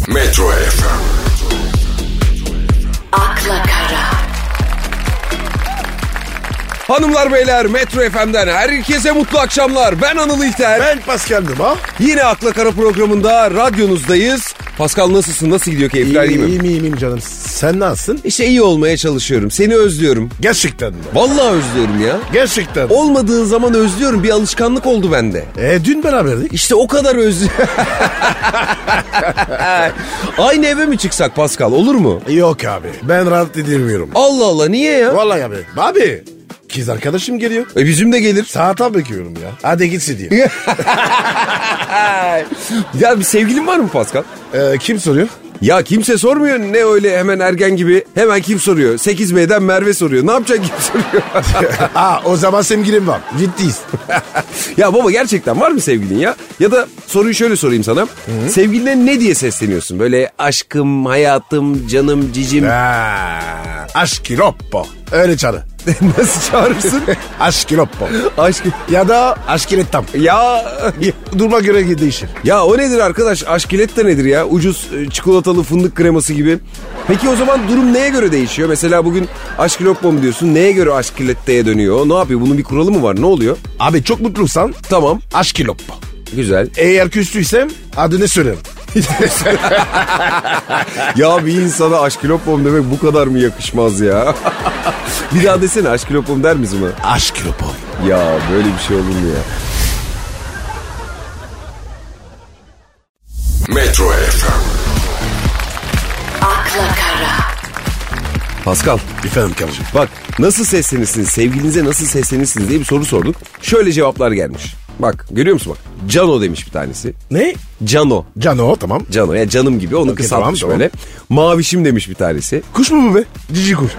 Metro FM. Akla Kara. Hanımlar beyler, Metro FM'den herkese mutlu akşamlar. Ben Anıl İlter. Ben Pascal'dım ha. Yine Akla Kara programında radyonuzdayız. Pascal nasılsın? Nasıl gidiyor? Keyifler iyi mi? İyiyim canım. Sen nasılsın? İşte iyi olmaya çalışıyorum. Seni özlüyorum. Gerçekten mi? Vallahi özlüyorum ya. Gerçekten. Olmadığın zaman özlüyorum. Bir alışkanlık oldu bende. Dün beraberdik. İşte o kadar özlüyorum. Aynı eve mi çıksak Pascal? Olur mu? Yok abi. Ben rahat edemiyorum. Allah Allah, niye ya? Vallahi abi. Abi. Kız arkadaşım geliyor. Bizim de gelir. Saate bekliyorum ya. Hadi gitsin diye. Ya bir sevgilin var mı Pascal? Kim soruyor? Ya kimse sormuyor, ne öyle hemen ergen gibi. Hemen kim soruyor? 8B'den Merve soruyor. Ne yapacaksın, kim soruyor? O zaman sevgilim var. Ciddiyiz. Ya baba, gerçekten var mı sevgilin ya? Ya da soruyu şöyle sorayım sana. Hı-hı. Sevgiline ne diye sesleniyorsun? Böyle aşkım, hayatım, canım, cicim. Aşkiloppo. Öyle çağır. Nasıl çağırırsın? Aşkiloppo. Aşk. Ya da aşkilettam. Ya. Duruma göre değişir. Ya o nedir arkadaş? Aşkilet de nedir ya? Ucuz çikolatalı fındık kreması gibi. Peki o zaman durum neye göre değişiyor? Mesela bugün aşkiloppo mu diyorsun? Neye göre aşkiletteye dönüyor? Ne yapıyor? Bunun bir kuralı mı var? Ne oluyor? Abi çok mutluysan. Tamam. Aşkiloppo. Güzel. Eğer küstüysem adını söylerim. Ya bir insana aşkilopom demek bu kadar mı yakışmaz ya? Bir daha desene, aşkilopom der misin mi? Aşkilopom. Ya böyle bir şey olur mu ya? Metro FM. Akla Kara. Pascal. Efendim kardeşim. Bak, nasıl seslenirsiniz, sevgilinize nasıl seslenirsiniz diye bir soru sorduk. Şöyle cevaplar gelmiş. Bak, görüyor musun bak? Cano demiş bir tanesi. Ne? Cano. Cano, tamam. Cano ya, canım gibi, onu kısaltmış tamam. böyle. Mavişim demiş bir tanesi. Kuş mu bu be? Cici kuş.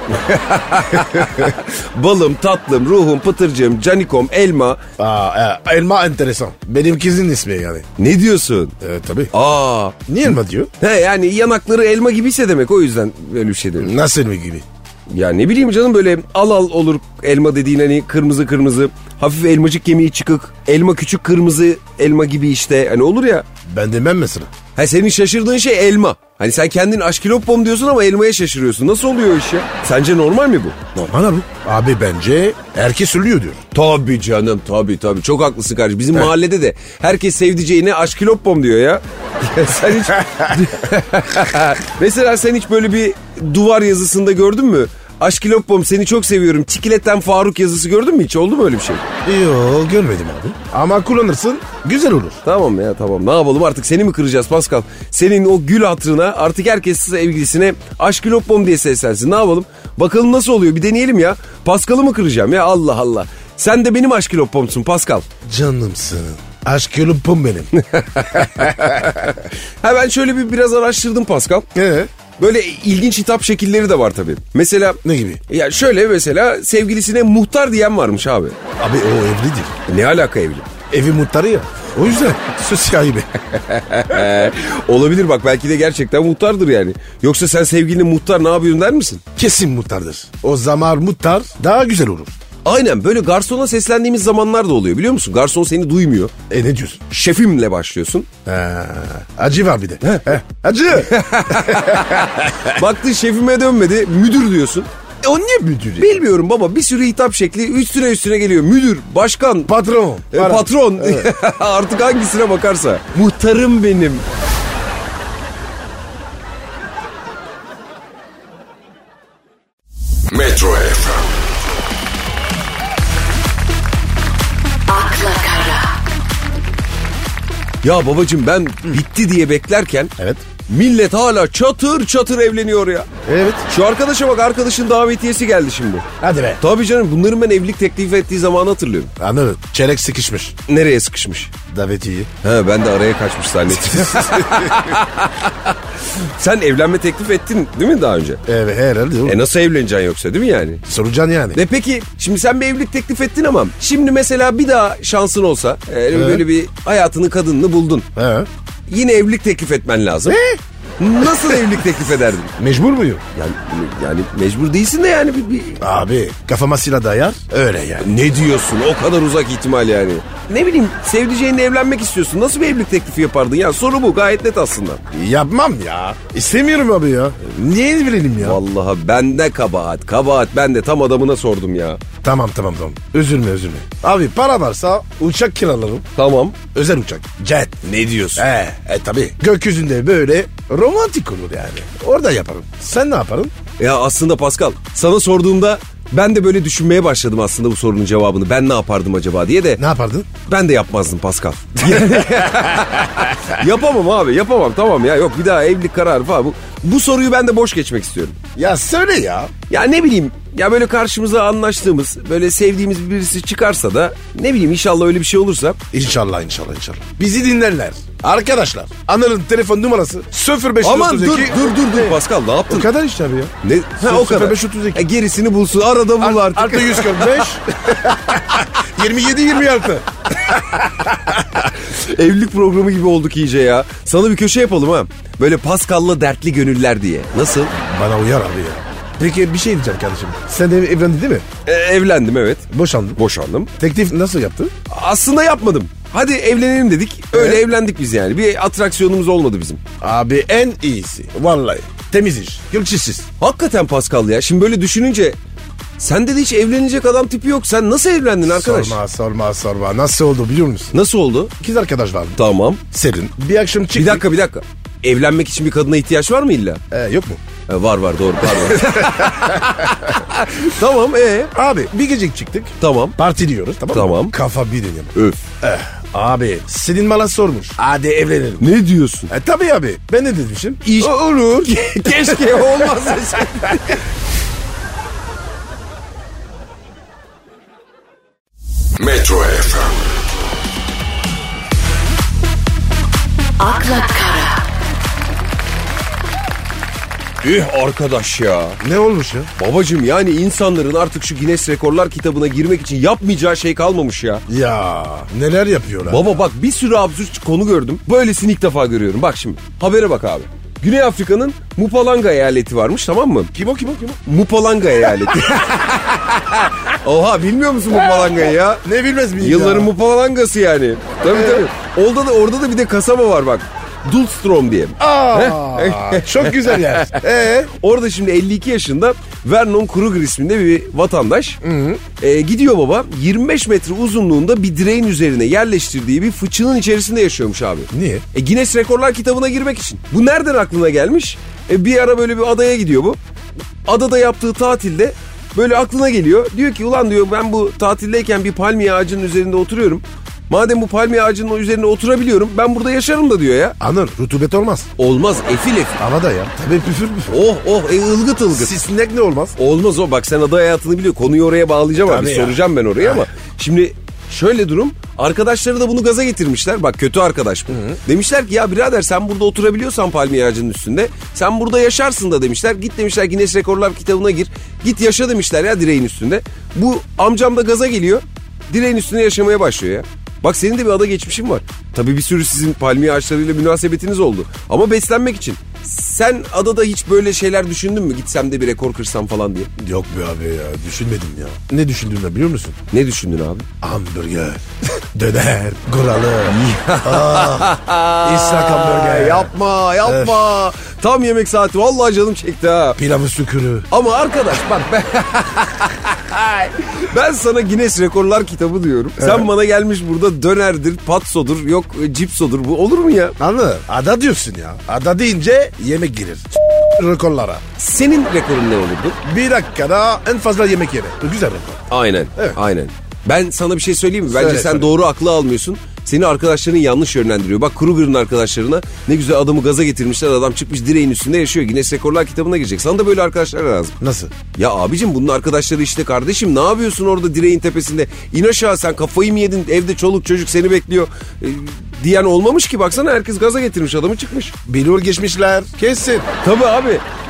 Balım, tatlım, ruhum, pıtırcığım, canikom, elma. Elma enteresan. Benim kızın ismi yani. Ne diyorsun? Tabii. Aa. Niye elma diyor? He, yani yanakları elma gibiyse demek, o yüzden böyle bir şey dedim. Nasıl elma gibi? Ya ne bileyim canım, böyle al olur elma dediğin, hani kırmızı kırmızı, hafif elmacık kemiği çıkık, elma küçük kırmızı elma gibi işte, hani olur ya. Ben demem mesela. Ha, senin şaşırdığın şey elma. Hani sen kendin aşkiloppom diyorsun ama elmaya şaşırıyorsun. Nasıl oluyor o iş ya? Sence normal mi bu? Normal abi. Abi bence herkes söylüyor diyor. Tabii canım, tabii. Çok haklısın kardeşim. Bizim mahallede de herkes sevdiceğine aşkiloppom diyor ya. Sen hiç... Mesela sen hiç böyle bir duvar yazısında gördün mü? Aşkiloppom, seni çok seviyorum, Çikiletten Faruk yazısı gördün mü hiç? Oldu mu öyle bir şey? Yok, görmedim abi. Ama kullanırsın, güzel olur. Tamam ya, tamam. Ne yapalım artık, seni mi kıracağız Pascal? Senin o gül hatırına artık herkes sevgilisine aşkiloppom diye seslensin. Ne yapalım? Bakalım nasıl oluyor, bir deneyelim ya. Pascal'ı mı kıracağım ya, Allah Allah. Sen de benim aşkiloppomsun Pascal. Canımsın. Aşkiloppom benim. Ben şöyle biraz araştırdım Pascal. Böyle ilginç hitap şekilleri de var tabii. Mesela... Ne gibi? Ya şöyle, mesela sevgilisine muhtar diyen varmış abi. Abi o evlidir. Ne alaka evli? Evi muhtarı ya. O yüzden söz sahibi. Olabilir bak, belki de gerçekten muhtardır yani. Yoksa sen sevgiline muhtar ne yapıyorsun der misin? Kesin muhtardır. O zaman muhtar daha güzel olur. Aynen, böyle garsona seslendiğimiz zamanlar da oluyor, biliyor musun? Garson seni duymuyor. Ne diyorsun? Şefimle başlıyorsun. Acı var bir de. Acı. Baktın şefime dönmedi, müdür diyorsun. O niye müdür? Bilmiyorum baba, bir sürü hitap şekli üstüne geliyor. Müdür, başkan, patron. Patron. Evet. Artık hangisine bakarsa. Muhtarım benim. Metro FM. Akla Kara. Ya babacığım, ben bitti diye beklerken... Evet. Millet hala çatır çatır evleniyor ya. Evet. Şu arkadaşa bak, arkadaşın davetiyesi geldi şimdi. Hadi be. Tabii canım, bunların ben evlilik teklif ettiği zamanı hatırlıyorum. Anladım. Çeyrek sıkışmış. Nereye sıkışmış? Davetiyi. Ben de araya kaçmış zannettim. Sen evlenme teklif ettin değil mi daha önce? Evet, herhalde. Nasıl evleneceksin yoksa, değil mi yani? Soracaksın yani. Peki şimdi sen bir evlilik teklif ettin ama şimdi mesela bir daha şansın olsa, böyle bir hayatını, kadınını buldun. He. Yine evlilik teklif etmen lazım. Nasıl evlilik teklif ederdin? Mecbur muyum? Yani mecbur değilsin de yani Abi kafama silah dayar öyle yani. Ne diyorsun? O kadar uzak ihtimal yani. Ne bileyim, sevdiceğinle evlenmek istiyorsun. Nasıl bir evlilik teklifi yapardın ya? Soru bu, gayet net aslında. Yapmam ya. İstemiyorum abi ya. Niye evlenelim ya? Vallahi bende kabahat. Kabahat bende, tam adamına sordum ya. Tamam. Üzülme. Abi para varsa uçak kiralarım. Tamam. Özel uçak. Jet. Ne diyorsun? Tabii. Gökyüzünde böyle romantik olur yani. Orada yaparım. Sen ne yaparın? Ya aslında Pascal, sana sorduğumda ben de böyle düşünmeye başladım aslında bu sorunun cevabını. Ben ne yapardım acaba diye de. Ne yapardın? Ben de yapmazdım Pascal. Yapamam abi, yapamam, tamam ya. Yok, bir daha evlilik kararı falan. Bu soruyu ben de boş geçmek istiyorum. Ya söyle ya. Ya ne bileyim, ya böyle karşımıza anlaştığımız, böyle sevdiğimiz birisi çıkarsa da, ne bileyim, inşallah öyle bir şey olursa. İnşallah. Bizi dinlerler. Arkadaşlar, Anıl'ın telefon numarası 0532. Aman dur Pascal, ne yaptın? O kadar işte abi ya. Ne? O kadar. 0532. Gerisini bulsun, arada bul artık. Artı 145. 27-26. Evlilik programı gibi olduk iyice ya. Sana bir köşe yapalım ha. Böyle Pascal'la dertli gönüller diye. Nasıl? Bana uyar abi ya. Peki bir şey diyeceğim kardeşim. Sen de evlendin değil mi? Evlendim, evet. Boşandım. Teklif nasıl yaptın? Aslında yapmadım. Hadi evlenelim dedik. Öyle evlendik biz yani. Bir atraksiyonumuz olmadı bizim. Abi en iyisi. Vallahi. Temiz iş. Gülçisiz. Hakikaten Pascal ya. Şimdi böyle düşününce sende de hiç evlenecek adam tipi yok. Sen nasıl evlendin arkadaş? Sorma. Nasıl oldu biliyor musun? Nasıl oldu? İkiz arkadaş vardı. Tamam. Serin. Bir akşam çıktık. Bir dakika. Evlenmek için bir kadına ihtiyaç var mı illa? Yok mu? Var doğru. Tamam Abi bir gece çıktık. Tamam. Partiliyoruz tamam. Tamam. Kafa bir dönüyor. Öf. Abi senin bana sormuş. Hadi evlenelim. Ne diyorsun? Tabii abi. Ben ne demişim? Olur. Keşke olmazsa. Metro FM. akla kara, Arkadaş ya. Ne olmuş ya? Babacım, yani insanların artık şu Guinness Rekorlar kitabına girmek için yapmayacağı şey kalmamış ya. Ya neler yapıyorlar? Baba bak, bir sürü absürt konu gördüm. Böylesini ilk defa görüyorum. Bak şimdi habere bak abi. Güney Afrika'nın Mpumalanga eyaleti varmış, tamam mı? Kim o? Mpumalanga eyaleti. Oha, bilmiyor musun Mpumalanga'yı ya? Ne bilmez miyim Yılların ya? Mpumalanga'sı yani. Tabii. Orada da bir de kasaba var bak. Dulstrom diye. Çok güzel yer. Orada şimdi 52 yaşında Vernon Kruger isminde bir vatandaş gidiyor baba, 25 metre uzunluğunda bir direğin üzerine yerleştirdiği bir fıçının içerisinde yaşıyormuş abi. Niye? Guinness Rekorlar kitabına girmek için. Bu nereden aklına gelmiş? Bir ara böyle bir adaya gidiyor bu. Adada yaptığı tatilde böyle aklına geliyor. Diyor ki ulan diyor, ben bu tatildeyken bir palmiye ağacının üzerinde oturuyorum. Madem bu palmiye ağacının üzerine oturabiliyorum, ben burada yaşarım da diyor ya. Anır, rutubet olmaz. Olmaz, efil. Havada ya. Tabii püfür. Ilgıt. Sisnek ne olmaz? Olmaz o. Bak sen ada hayatını biliyor. Konuyu oraya bağlayacağım abi. Soracağım ben oraya ama. Şimdi şöyle durum. Arkadaşları da bunu gaza getirmişler. Bak kötü arkadaş bu. Demişler ki ya birader, sen burada oturabiliyorsan palmiye ağacının üstünde, sen burada yaşarsın da demişler. Git demişler Guinness Rekorlar kitabına gir. Git yaşa demişler ya direğin üstünde. Bu amcam da gaza geliyor. Direğin üstünde yaşamaya başlıyor ya. Bak senin de bir ada geçmişin var. Tabii bir sürü sizin palmiye ağaçlarıyla münasebetiniz oldu. Ama beslenmek için. Sen adada hiç böyle şeyler düşündün mü? Gitsem de bir rekor kırsam falan diye. Yok be abi ya, düşünmedim ya. Ne düşündüğümü biliyor musun? Ne düşündün abi? Hamburger, döner, guralı. İshak hamburger. Yapma. Tam yemek saati. Vallahi canım çekti ha. Pilavı sükürü. Ama arkadaş bak ben sana Guinness Rekorlar kitabı diyorum. Evet. Sen bana gelmiş burada dönerdir, patsodur, yok cipsodur. Bu olur mu ya? Anladın? Ada diyorsun ya. Ada deyince yemek girir. Rekorlara. Senin rekorun ne olurdu? Bir dakikada en fazla yemek yeme. Güzel rekor. Aynen. Evet. Aynen. Ben sana bir şey söyleyeyim mi? Bence sen doğru aklı almıyorsun. Seni arkadaşların yanlış yönlendiriyor. Bak Kruger'ın arkadaşlarına ne güzel adamı gaza getirmişler. Adam çıkmış direğin üstünde yaşıyor. Guinness Rekorlar kitabına girecek. Sana da böyle arkadaşlar lazım. Nasıl? Ya abicim, bunun arkadaşları işte kardeşim. Ne yapıyorsun orada direğin tepesinde? İn aşağı, sen kafayı mı yedin? Evde çoluk çocuk seni bekliyor. Diyen olmamış ki, baksana herkes gaza getirmiş adamı, çıkmış. Bilur geçmişler. Kesin. Tabii abi.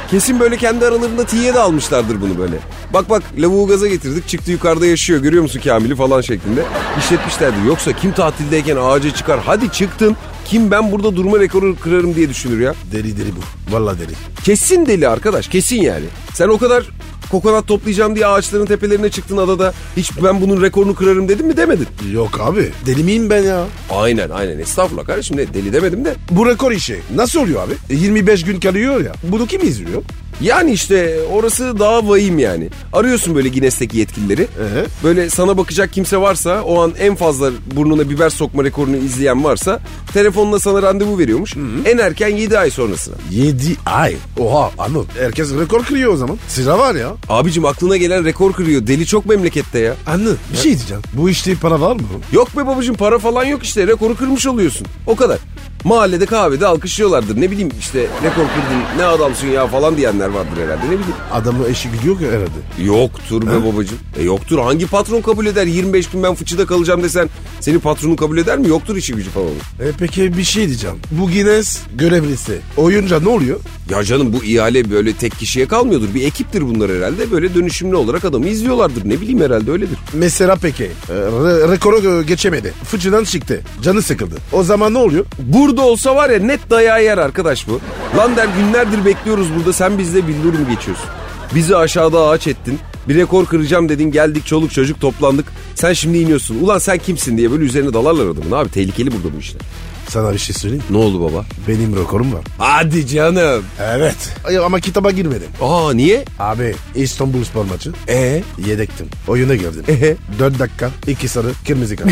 Kesin böyle kendi aralarında tiye de almışlardır bunu böyle. Bak bak lavuğu gaza getirdik çıktı yukarıda yaşıyor görüyor musun Kamil'i falan şeklinde. İşletmişlerdir. Yoksa kim tatildeyken ağaca çıkar hadi çıktın. Kim ben burada durma rekoru kırarım diye düşünür ya. Deli bu. Vallahi deli. Kesin deli arkadaş kesin yani. Sen o kadar kokonat toplayacağım diye ağaçların tepelerine çıktın adada. Hiç ben bunun rekorunu kırarım dedim mi demedin. Yok abi. Deli miyim ben ya? Aynen estağfurullah kardeşim deli demedim de. Bu rekor işi nasıl oluyor abi? 25 gün kalıyor ya. Bunu kim izliyor? Yani işte orası daha vahim yani. Arıyorsun böyle Guinness'teki yetkilileri. Böyle sana bakacak kimse varsa o an en fazla burnuna biber sokma rekorunu izleyen varsa telefonla sana randevu veriyormuş. En erken 7 ay sonrasına. 7 ay. Oha Anıl. Herkes rekor kırıyor o zaman. Sıra var ya. Abicim aklına gelen rekor kırıyor. Deli çok memlekette ya. Anıl bir şey diyeceğim. Bu işte para var mı? Yok be babacığım para falan yok işte. Rekoru kırmış oluyorsun. O kadar. Mahallede kahvede alkışlıyorlardır. Ne bileyim işte rekor kırdın ne adamsın ya falan diyenler vardır herhalde ne bileyim. Adamın eşi gidiyor ki herhalde. Yoktur be babacığım. Yoktur. Hangi patron kabul eder? 25 gün ben fıçıda kalacağım desen senin patronun kabul eder mi? Yoktur işi gücü falan. Peki bir şey diyeceğim. Bu Guinness görevlisi oyunca ne oluyor? Ya canım bu ihale böyle tek kişiye kalmıyordur. Bir ekiptir bunlar herhalde. Böyle dönüşümlü olarak adamı izliyorlardır. Ne bileyim herhalde öyledir. Mesela peki rekoru geçemedi. Fıçıdan çıktı. Canı sıkıldı. O zaman ne oluyor? Burada olsa var ya net dayağı yer arkadaş bu. Lan der günlerdir bekliyoruz burada sen bizle billur mu geçiyorsun? Bizi aşağıda ağaç ettin. Bir rekor kıracağım dedin geldik çoluk çocuk toplandık. Sen şimdi iniyorsun. Ulan sen kimsin diye böyle üzerine dalarlar adamın abi. Tehlikeli burada bu işler. Sana bir şey söyleyeyim. Ne oldu baba? Benim rekorum var. Hadi canım. Evet. Ama kitaba girmedim. Aa niye? Abi İstanbul Spor maçı. Yedektim. Oyuna girdim. 4 dakika 2 sarı kırmızı kart.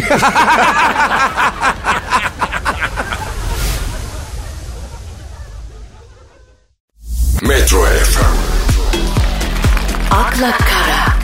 Metro FM. akla kara,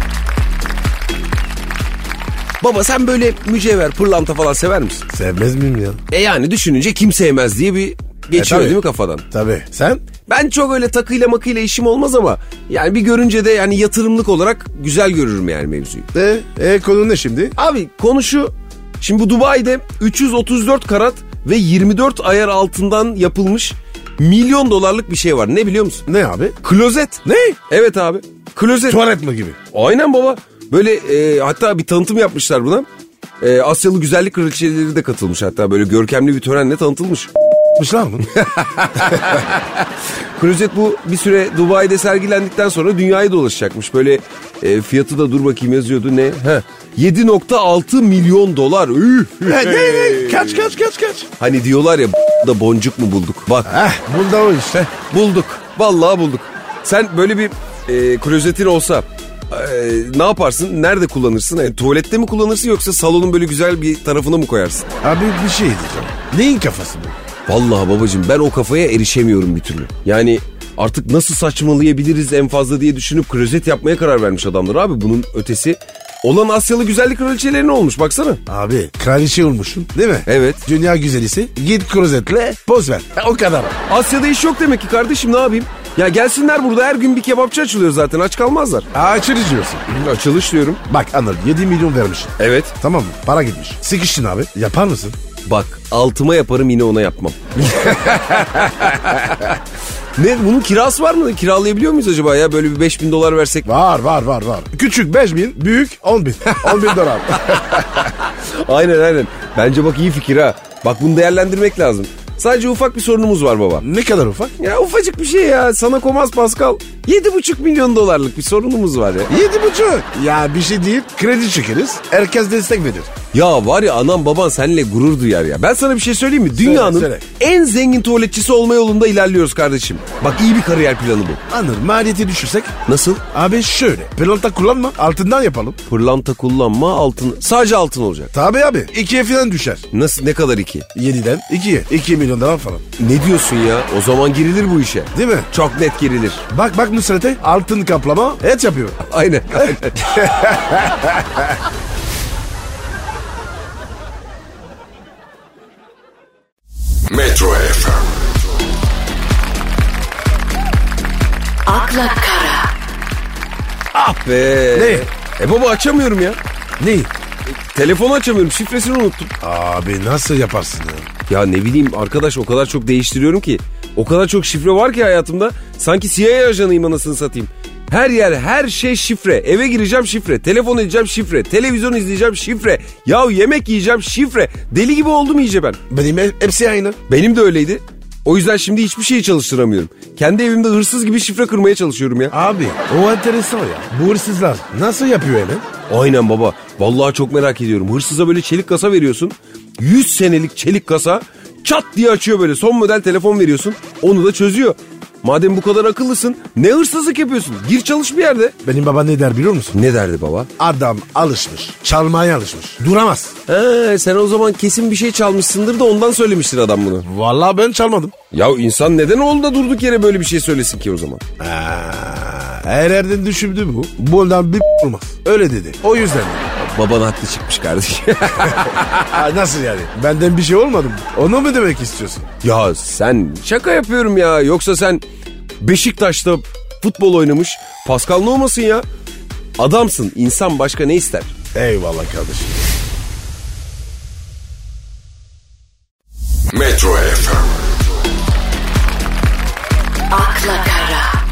Baba sen böyle mücevher, pırlanta falan sever misin? Sevmez miyim ya? Yani düşününce kim sevmez diye bir geçiyor tabii. değil mi kafadan? Tabii. Sen? Ben çok öyle takıyla makıyla işim olmaz ama yani bir görünce de yani yatırımlık olarak güzel görürüm yani mevzuyu. Konu ne şimdi? Abi konu şu. Şimdi bu Dubai'de 334 karat ve 24 ayar altından yapılmış milyon dolarlık bir şey var. Ne biliyor musun? Ne abi? Klozet. Ne? Evet abi. Klozet. Tuvalet mi gibi? Aynen baba. Böyle hatta bir tanıtım yapmışlar buna. Asyalı güzellik kraliçeleri de katılmış hatta böyle görkemli bir törenle tanıtılmış. Mışlar mı? Klozet bu bir süre Dubai'de sergilendikten sonra dünyayı dolaşacakmış. Böyle fiyatı da dur bakayım yazıyordu ne? 7.6 milyon dolar. Ne? Kaç? Hani diyorlar ya da boncuk mu bulduk? Bak Bunda o işte. bulduk. Vallahi bulduk. Sen böyle bir klozetin olsa ne yaparsın? Nerede kullanırsın? Yani, tuvalette mi kullanırsın yoksa salonun böyle güzel bir tarafına mı koyarsın? Abi bir şey diyeceğim. Neyin kafası bu? Vallahi babacığım ben o kafaya erişemiyorum bir türlü. Yani artık nasıl saçmalayabiliriz en fazla diye düşünüp klozet yapmaya karar vermiş adamlar abi. Bunun ötesi olan Asyalı güzellik kraliçelerine olmuş baksana. Abi kraliçe olmuşsun değil mi? Evet. Dünya güzelisi git klozetle poz ver. O kadar. Asya'da iş yok demek ki kardeşim ne yapayım? Ya gelsinler burada her gün bir kebapçı açılıyor zaten aç kalmazlar. Açılış diyorsun. Açılış diyorum. Bak Anıl 7 milyon vermişsin. Evet. Tamam mı? Para gitmiş. Sıkıştın abi. Yapar mısın? Bak altıma yaparım yine ona yapmam. Ne bunun kirası var mı? Kiralayabiliyor muyuz acaba ya? Böyle bir 5.000 dolar versek. Var. Küçük 5.000, büyük 10.000. 10.000 dolar. Aynen. Bence bak iyi fikir ha. Bak bunu değerlendirmek lazım. Sadece ufak bir sorunumuz var baba. Ne kadar ufak? Ya ufacık bir şey ya. Sana komaz Pascal. 7,5 milyon dolarlık bir sorunumuz var ya. 7,5. Ya bir şey değil. Kredi çekeriz. Herkes destek verir. Ya var ya anam baban seninle gurur duyar ya. Ben sana bir şey söyleyeyim mi? Dünyanın söyle. en zengin tuvaletçisi olma yolunda ilerliyoruz kardeşim. Bak iyi bir kariyer planı bu. Anır maliyeti düşürsek. Nasıl? Abi şöyle. Pırlanta kullanma. Altından yapalım. Pırlanta kullanma altın. Sadece altın olacak. Tabii abi. 2'ye falan düşer. Nasıl ne kadar 2? 7'den 2'ye. 2 milyon dolar falan. Ne diyorsun ya? O zaman girilir bu işe. Değil mi? Çok net girilir. Bak Nusret'e altın kaplama et yapıyor. Aynen. Metro FM. akla kara, Ah be. Ne? Baba açamıyorum ya. Ne? Telefonu açamıyorum. Şifresini unuttum. Abi nasıl yaparsın ya? Ya ne bileyim arkadaş o kadar çok değiştiriyorum ki. O kadar çok şifre var ki hayatımda. Sanki CIA ajanıyım anasını satayım. Her yer, her şey şifre. Eve gireceğim şifre. Telefon edeceğim şifre. Televizyon izleyeceğim şifre. Yahu yemek yiyeceğim şifre. Deli gibi oldum iyice ben. Benim hepsi aynı. Benim de öyleydi. O yüzden şimdi hiçbir şeyi çalıştıramıyorum. Kendi evimde hırsız gibi şifre kırmaya çalışıyorum ya. Abi o enteresan ya. Bu hırsızlar nasıl yapıyor hemen? Aynen baba. Vallahi çok merak ediyorum. Hırsıza böyle çelik kasa veriyorsun. 100 senelik çelik kasa çat diye açıyor böyle. Son model telefon veriyorsun. Onu da çözüyor. Madem bu kadar akıllısın ne hırsızlık yapıyorsun? Gir çalış bir yerde. Benim baba ne der biliyor musun? Ne derdi baba? Adam alışmış. Çalmaya alışmış. Duramaz. Sen o zaman kesin bir şey çalmışsındır da ondan söylemiştir adam bunu. Vallahi ben çalmadım. Ya insan neden oldu da durduk yere böyle bir şey söylesin ki o zaman? Her yerden düşündü bu. Bundan bir olmaz. Öyle dedi. O yüzden. Baban haklı çıkmış kardeşim. Nasıl yani? Benden bir şey olmadı mı? Onu mu demek istiyorsun? Ya sen şaka yapıyorum ya. Yoksa sen Beşiktaş'ta futbol oynamış Pascal ne olmasın ya? Adamsın. İnsan başka ne ister? Eyvallah kardeşim. Metro FM. akla kara,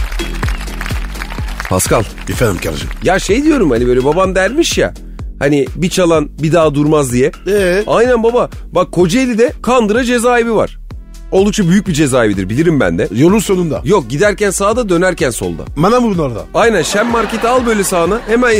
Pascal. Efendim kardeşim. Ya şey diyorum hani böyle babam dermiş ya. Hani bir çalan bir daha durmaz diye. Aynen baba. Bak Kocaeli'de Kandıra cezaevi var. Oldukça büyük bir cezaevidir bilirim ben de. Yolun sonunda. Yok giderken sağda dönerken solda. Manavur'un orada. Aynen Şen Market'i al böyle sağına hemen.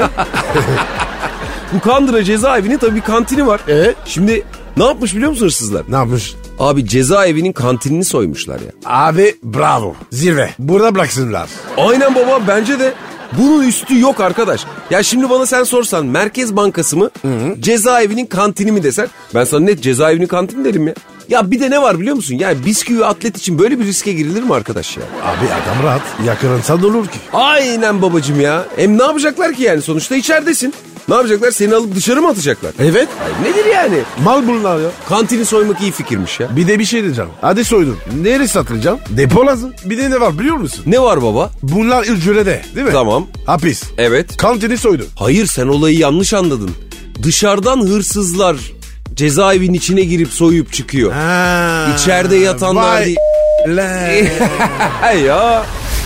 Bu Kandıra cezaevinin tabii bir kantini var. Şimdi ne yapmış biliyor musun hırsızlar? Ne yapmış? Abi cezaevinin kantinini soymuşlar ya. Abi bravo. Zirve. Burada bıraksınlar. Aynen baba bence de. Bunun üstü yok arkadaş. Ya şimdi bana sen sorsan Merkez Bankası mı? Cezaevinin kantini mi desen? Ben sana net cezaevinin kantini derim ya. Ya bir de ne var biliyor musun? Yani bisküvi atlet için böyle bir riske girilir mi arkadaş ya? Abi adam rahat. Yakınınsa da olur ki. Aynen babacığım ya. Hem ne yapacaklar ki yani sonuçta içeridesin. Ne yapacaklar? Seni alıp dışarı mı atacaklar? Evet. Ay nedir yani? Mal bunlar ya. Kantini soymak iyi fikirmiş ya. Bir de bir şey diyeceğim. Hadi soydun. Nereye satılacağım? Depo lazım. Bir de ne var biliyor musun? Ne var baba? Bunlar ücrede değil mi? Tamam. Hapis. Evet. Kantini soydun. Hayır sen olayı yanlış anladın. Dışarıdan hırsızlar cezaevinin içine girip soyup çıkıyor. İçeride yatanlar değil. Ya.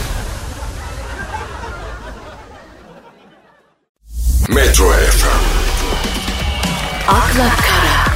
Metro FM. akla kara,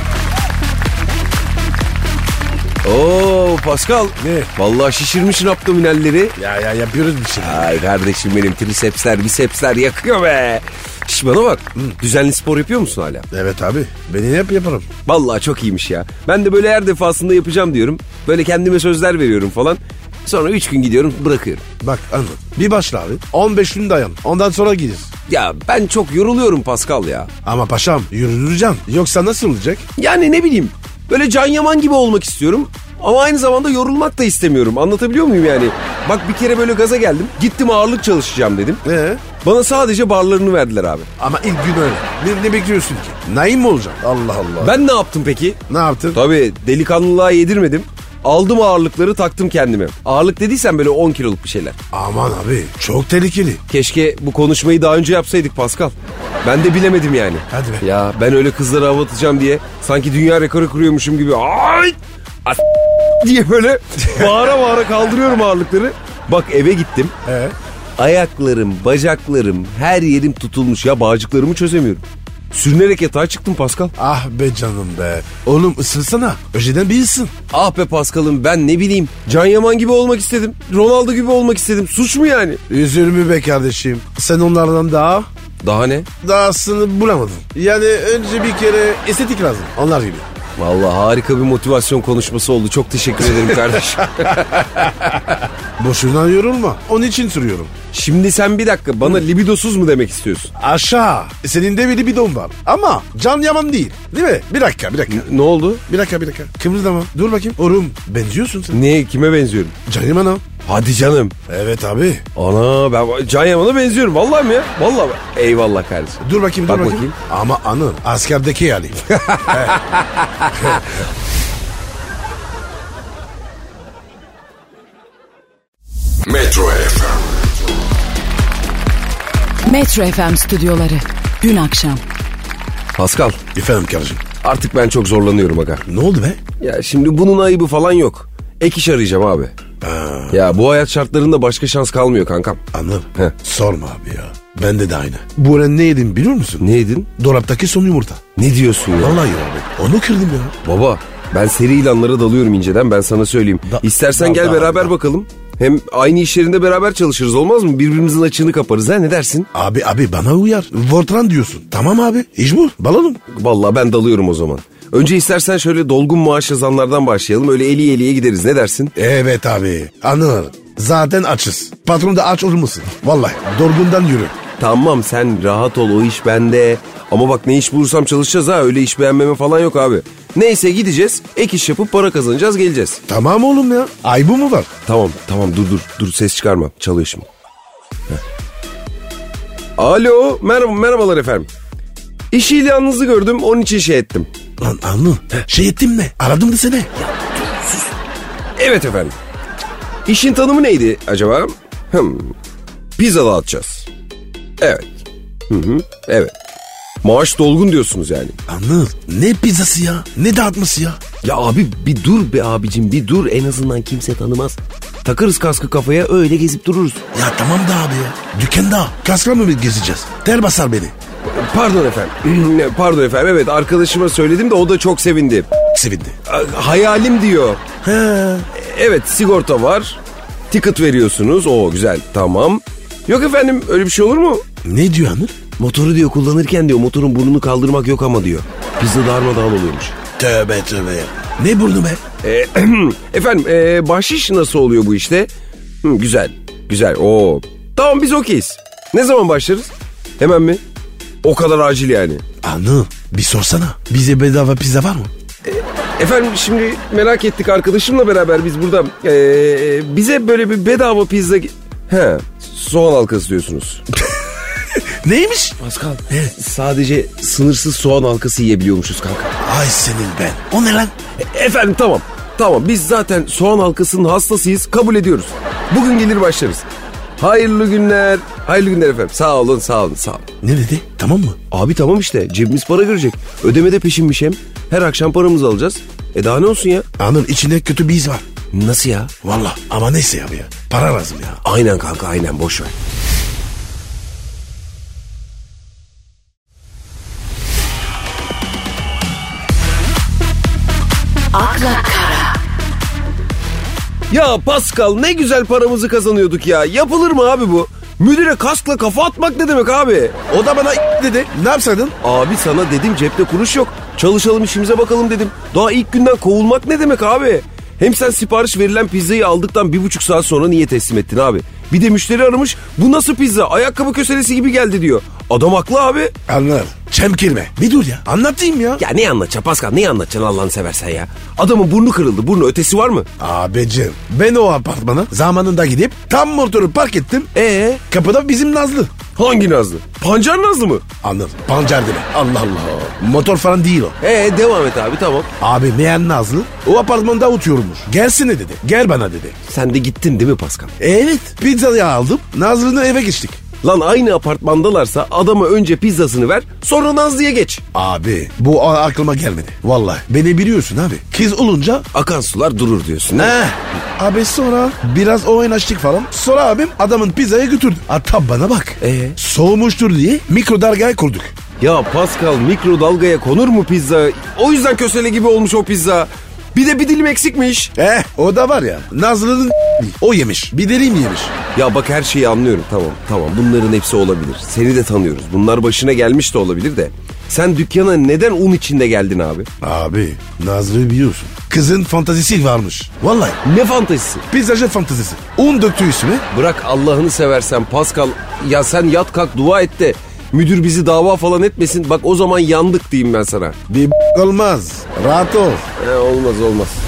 Oo Pascal. Ne? Vallahi şişirmişsin abdominalleri. Ya yapıyoruz bir şey. Ay kardeşim benim trisepsler bisepsler yakıyor be. Şş bana bak düzenli spor yapıyor musun hala? Evet abi. Beni hep yaparım. Vallahi çok iyiymiş ya. Ben de böyle her defasında yapacağım diyorum. Böyle kendime sözler veriyorum falan. Sonra 3 gün gidiyorum bırakıyorum. Bak anladım. Bir başla abi. 15 gün dayan. Ondan sonra gidiyor. Ya ben çok yoruluyorum Pascal ya. Ama paşam yürüdüreceğim. Yoksa nasıl olacak? Yani ne bileyim böyle Can Yaman gibi olmak istiyorum. Ama aynı zamanda yorulmak da istemiyorum. Anlatabiliyor muyum yani? Bak bir kere böyle gaza geldim. Gittim ağırlık çalışacağım dedim. Bana sadece barlarını verdiler abi. Ama ilk gün öyle. Ne bekliyorsun ki? Naim mi olacaksın? Allah Allah. Ben ne yaptım peki? Ne yaptın? Tabii delikanlılığa yedirmedim. Aldım ağırlıkları taktım kendime. Ağırlık dediysen böyle 10 kiloluk bir şeyler. Aman abi çok tehlikeli. Keşke bu konuşmayı daha önce yapsaydık Pascal. Ben de bilemedim yani. Hadi be. Ya ben öyle kızlara hava atacağım diye sanki dünya rekoru kuruyormuşum gibi. Ay! Diye böyle bağıra bağıra kaldırıyorum ağırlıkları. Bak eve gittim. Ayaklarım, bacaklarım, her yerim tutulmuş. Ya bağcıklarımı çözemiyorum. Sürünerek yatağa çıktım Pascal. Ah be canım be. Oğlum ısırsana. Önceden bir ısın. Ah be Pascal'ım ben ne bileyim. Can Yaman gibi olmak istedim. Ronaldo gibi olmak istedim. Suç mu yani? Üzülme be kardeşim. Sen onlardan Daha ne? dahasını bulamadın. Yani önce bir kere estetik lazım. Onlar gibi. Vallahi harika bir motivasyon konuşması oldu. Çok teşekkür ederim kardeşim. Boşuna yorulma. Onun için sürüyorum. Şimdi sen bir dakika bana libidosuz mu demek istiyorsun? Aşağı. Senin de bir libidon var. Ama Can Yaman değil. Değil mi? Bir dakika. Ne oldu? Bir dakika. Kımıldama. Dur bakayım. Oğlum benziyorsun sen. Ne kime benziyorum? Can Yaman'a. Hadi canım. Evet abi. Ana ben Can Yaman'a benziyorum. Vallahi mi ya? Vallahi. Eyvallah kardeşim. Dur bakayım. Bak bakayım. Ama anı askerdeki yani. Metro FM. Metro FM stüdyoları, dün akşam. Pascal Efendim kardeşim. artık ben çok zorlanıyorum aga. Ne oldu be? Ya şimdi bunun ayıbı falan yok. Ek iş arayacağım abi. Ya bu hayat şartlarında başka şans kalmıyor kankam. Anladım. Heh. Sorma abi ya. Bende de aynı. Bu arada ne yedim biliyor musun? Ne yedin? Dolaptaki son yumurta. Ne diyorsun ya? Vallahi abi. Onu kırdım ya. Baba ben seri ilanlara dalıyorum inceden, ben sana söyleyeyim. İstersen gel beraber bakalım. Hem aynı iş yerinde beraber çalışırız, olmaz mı? Birbirimizin açığını kaparız, ha, ne dersin? Abi bana uyar. Voltran diyorsun. Tamam abi. İş bu. Balalım. Vallahi ben dalıyorum o zaman. Önce istersen şöyle dolgun maaş yazanlardan başlayalım. Öyle eli eliye gideriz, ne dersin? Evet abi. Anladım. Zaten açız. Patron da aç olmasın. Vallahi dorgundan yürü. Tamam sen rahat ol, o iş bende. Ama bak ne iş bulursam çalışacağız ha, öyle iş beğenmeme falan yok abi. Neyse gideceğiz, ek iş yapıp para kazanacağız, geleceğiz. Tamam oğlum ya. Ay bu mu var? Tamam dur ses çıkarma, çalıyor şimdi. Heh. Alo merhabalar efendim. İş ilanınızı gördüm, onun için şey ettim. Lan anladım. Şey ettim ne? Aradım da seni. Evet efendim. İşin tanımı neydi acaba? Pizza dağıtacağız. Evet. Evet. Maaş dolgun diyorsunuz yani. Anladım. Ne pizzası ya? Ne dağıtması ya? Ya abi bir dur be abicim, bir dur, en azından kimse tanımaz. Takarız kaskı kafaya, öyle gezip dururuz. Ya tamam da abi ya. Dükkanda kaskla mı gezeceğiz? Ter basar beni. Pardon efendim, evet arkadaşıma söyledim de o da çok sevindi. Sevindi. Hayalim diyor. He. Evet, sigorta var. Ticket veriyorsunuz. Oo güzel, tamam. Yok efendim, öyle bir şey olur mu? Ne diyor Anır? Motoru diyor kullanırken diyor motorun burnunu kaldırmak yok ama diyor. Pizza darmadağın oluyormuş. Tövbe ya. Ne burnu be? Efendim bahşiş nasıl oluyor bu işte? Güzel. Oo. Tamam biz okeyiz. Ne zaman başlarız? Hemen mi? O kadar acil yani. Anıl bir sorsana. Bize bedava pizza var mı? Efendim şimdi merak ettik arkadaşımla beraber biz burada. Bize böyle bir bedava pizza... soğan halkası diyorsunuz. Neymiş? Pascal sadece sınırsız soğan halkası yiyebiliyormuşuz kanka. Ay senin ben. O ne lan? Efendim tamam biz zaten soğan halkasının hastasıyız, kabul ediyoruz. Bugün gelir başlarız. Hayırlı günler efendim. Sağ olun. Ne dedi? Tamam mı? Abi tamam işte, cebimiz para görecek. Ödemede peşinmiş hem. Her akşam paramızı alacağız. Daha ne olsun ya? Anıl içinde kötü bir iz var. Nasıl ya? Vallahi ama neyse ya. Para lazım ya. Aynen kanka, aynen, boş ver. Akla Kara. Ya Pascal ne güzel paramızı kazanıyorduk ya. Yapılır mı abi bu? Müdüre kaskla kafa atmak ne demek abi? O da bana dedi. Ne yapsaydın? Abi sana dedim, cepte kuruş yok. Çalışalım, işimize bakalım dedim. Daha ilk günden kovulmak ne demek abi? Hem sen sipariş verilen pizzayı aldıktan 1,5 saat sonra niye teslim ettin abi? Bir de müşteri aramış, bu nasıl pizza, ayakkabı köselesi gibi geldi diyor. Adam haklı abi. Anlar. Çemkirme. Bir dur ya. Anlatayım ya. Ya ne anlatacaksın Pascal, ne anlatacaksın Allah'ını seversen ya. Adamın burnu kırıldı, burnu ötesi var mı? Abicim ben o apartmana zamanında gidip tam motoru park ettim. Kapıda bizim Nazlı. Hangi Nazlı? Pancar Nazlı mı? Anladım. Pancar deme. Allah Allah. Motor falan değil o. Devam et abi, tamam. Abi meğer Nazlı o apartmanda oturuyormuş. Gelsene dedi. Gel bana dedi. Sen de gittin değil mi Pascal? Evet. Pizzayı aldım. Nazlı'nın eve geçtik. Lan aynı apartmandalarsa adama önce pizzasını ver, sonra Nazlı'ya geç. Abi bu aklıma gelmedi. Vallahi beni biliyorsun abi. Kız olunca akan sular durur diyorsun. Abi sonra biraz oynaştık falan. Sonra abim adamın pizzayı götürdü. Hatta bana bak. Soğumuştur diye mikrodalgaya kurduk. Ya Pascal, mikrodalgaya konur mu pizza? O yüzden kösele gibi olmuş o pizza. Bir de bir dilim eksikmiş. O da var ya, Nazlı'nın o yemiş. Bir dilim yemiş. Ya bak her şeyi anlıyorum, tamam. Bunların hepsi olabilir. Seni de tanıyoruz. Bunlar başına gelmiş de olabilir de. Sen dükkana neden un içinde geldin abi? Abi Nazlı'yı biliyorsun. Kızın fantazisi varmış. Vallahi. Ne fantazisi? Pizzacı fantazisi. Un döktü üstüne. Bırak Allah'ını seversen Pascal. Ya sen yat kalk dua et de müdür bizi dava falan etmesin. Bak o zaman yandık diyeyim ben sana. Bir olmaz. Rahat ol. Olmaz.